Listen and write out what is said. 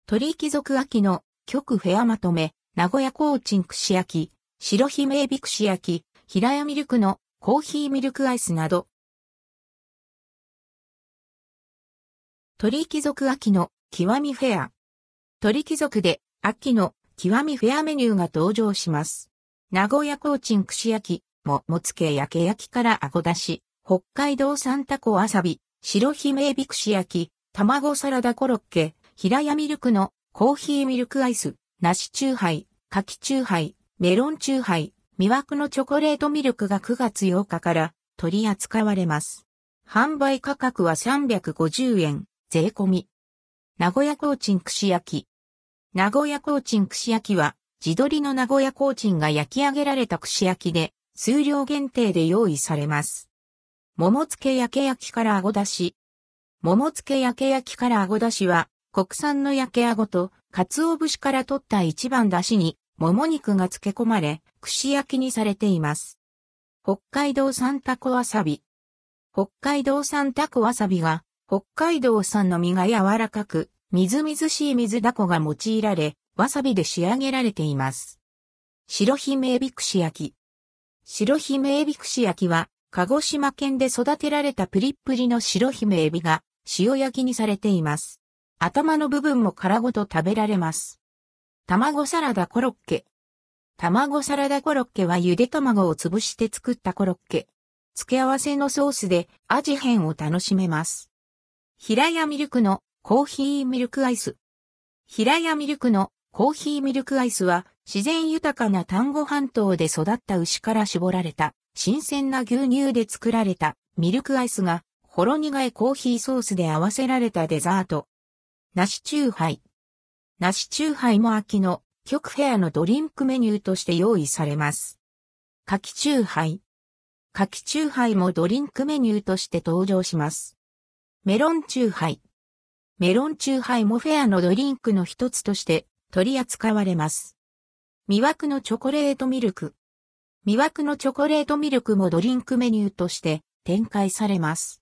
鳥貴族秋の極フェアまとめ、名古屋コーチン串焼き、白姫エビ串焼き、平屋ミルクのコーヒーミルクアイスなど。鳥貴族秋の極みフェア。鳥貴族で秋の極みフェアメニューが登場します。名古屋コーチン串焼き、もつけ焼け焼きからあごだし、北海道産タコわさび、白姫エビ串焼き、卵サラダコロッケ、平屋ミルクのコーヒーミルクアイス、梨チューハイ、柿チューハイ、メロンチューハイ、魅惑のチョコレートミルクが9月8日から取り扱われます。販売価格は350円、税込み。名古屋コーチン串焼き。名古屋コーチン串焼きは、地鶏の名古屋コーチンが焼き上げられた串焼きで、数量限定で用意されます。桃つけ焼け焼きからあごだし。桃つけ焼け焼きからあごだしは、国産の焼けあごと、鰹節から取った一番だしに、桃肉が漬け込まれ、串焼きにされています。北海道産タコわさび。北海道産タコわさびが、北海道産の身が柔らかく、みずみずしい水ダコが用いられ、わさびで仕上げられています。白姫エビ串焼き。白姫エビ串焼きは、鹿児島県で育てられたプリップリの白姫エビが、塩焼きにされています。頭の部分も殻ごと食べられます。卵サラダコロッケ。卵サラダコロッケはゆで卵を潰して作ったコロッケ。付け合わせのソースで味変を楽しめます。平屋ミルクのコーヒーミルクアイス。平屋ミルクのコーヒーミルクアイスは自然豊かな丹後半島で育った牛から絞られた新鮮な牛乳で作られたミルクアイスがほろ苦いコーヒーソースで合わせられたデザート。梨チューハイ。梨チューハイも秋の極フェアのドリンクメニューとして用意されます。柿チューハイ。柿チューハイもドリンクメニューとして登場します。メロンチューハイ。メロンチューハイもフェアのドリンクの一つとして取り扱われます。魅惑のチョコレートミルク。魅惑のチョコレートミルクもドリンクメニューとして展開されます。